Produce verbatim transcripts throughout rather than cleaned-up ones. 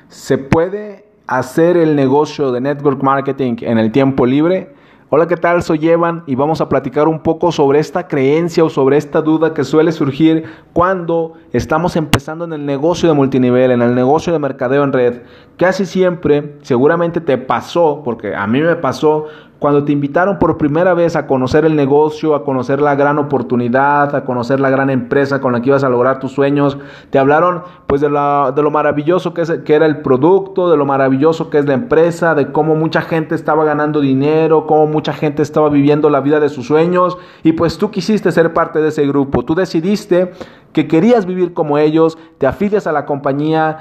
¿Se puede hacer el negocio de network marketing en el tiempo libre? Hola, ¿qué tal? Soy Evan y vamos a platicar un poco sobre esta creencia o sobre esta duda que suele surgir cuando estamos empezando en el negocio de multinivel, en el negocio de mercadeo en red. Casi siempre, seguramente te pasó, porque a mí me pasó, cuando te invitaron por primera vez a conocer el negocio, a conocer la gran oportunidad, a conocer la gran empresa con la que ibas a lograr tus sueños, te hablaron pues de, la, de lo maravilloso que, es, que era el producto, de lo maravilloso que es la empresa, de cómo mucha gente estaba ganando dinero, cómo mucha gente estaba viviendo la vida de sus sueños, y pues tú quisiste ser parte de ese grupo. Tú decidiste que querías vivir como ellos, te afilias a la compañía,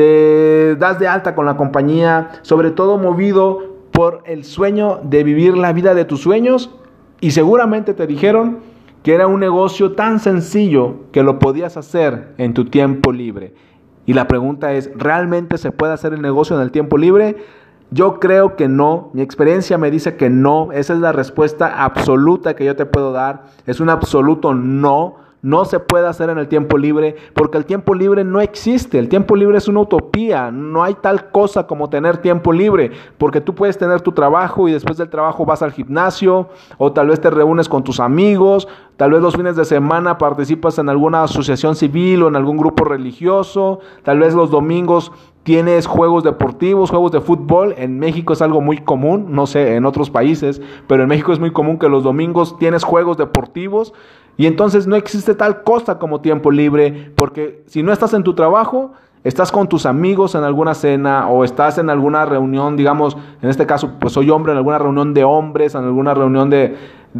te das de alta con la compañía, sobre todo movido por el sueño de vivir la vida de tus sueños, y seguramente te dijeron que era un negocio tan sencillo que lo podías hacer en tu tiempo libre. Y la pregunta es, ¿realmente se puede hacer el negocio en el tiempo libre? Yo creo que no, mi experiencia me dice que no. Esa es la respuesta absoluta que yo te puedo dar, es un absoluto no. No se puede hacer en el tiempo libre porque el tiempo libre no existe. El tiempo libre es una utopía. No hay tal cosa como tener tiempo libre, porque tú puedes tener tu trabajo y después del trabajo vas al gimnasio, o tal vez te reúnes con tus amigos, tal vez los fines de semana participas en alguna asociación civil o en algún grupo religioso, tal vez los domingos tienes juegos deportivos, juegos de fútbol. En México es algo muy común, no sé, en otros países, pero en México es muy común que los domingos tienes juegos deportivos. Y entonces no existe tal cosa como tiempo libre, porque si no estás en tu trabajo, estás con tus amigos en alguna cena, o estás en alguna reunión, digamos, en este caso, pues soy hombre, en alguna reunión de hombres, en alguna reunión de,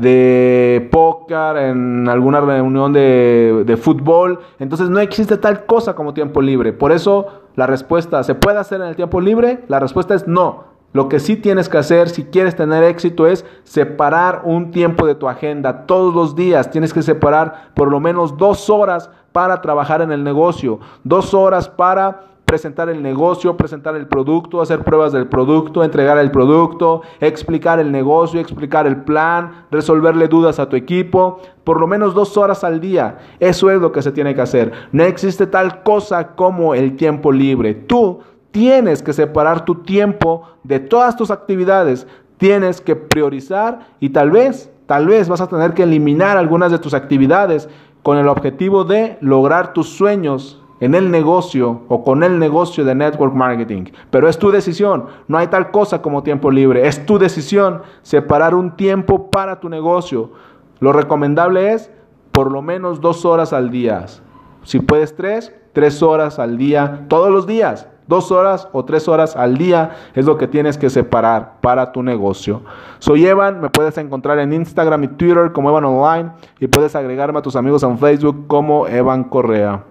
de póker, en alguna reunión de, de fútbol. Entonces no existe tal cosa como tiempo libre. Por eso la respuesta, ¿se puede hacer en el tiempo libre? La respuesta es no. Lo que sí tienes que hacer si quieres tener éxito es separar un tiempo de tu agenda. Todos los días tienes que separar por lo menos dos horas para trabajar en el negocio, dos horas para presentar el negocio, presentar el producto, hacer pruebas del producto, entregar el producto, explicar el negocio, explicar el plan, resolverle dudas a tu equipo. Por lo menos dos horas al día. Eso es lo que se tiene que hacer. No existe tal cosa como el tiempo libre. Tú tienes que separar tu tiempo de todas tus actividades. Tienes que priorizar y tal vez, tal vez vas a tener que eliminar algunas de tus actividades con el objetivo de lograr tus sueños en el negocio o con el negocio de network marketing. Pero es tu decisión. No hay tal cosa como tiempo libre. Es tu decisión separar un tiempo para tu negocio. Lo recomendable es por lo menos dos horas al día. Si puedes tres, tres horas al día, todos los días. Dos horas o tres horas al día es lo que tienes que separar para tu negocio. Soy Evan, me puedes encontrar en Instagram y Twitter como Evan Online, y puedes agregarme a tus amigos en Facebook como Evan Correa.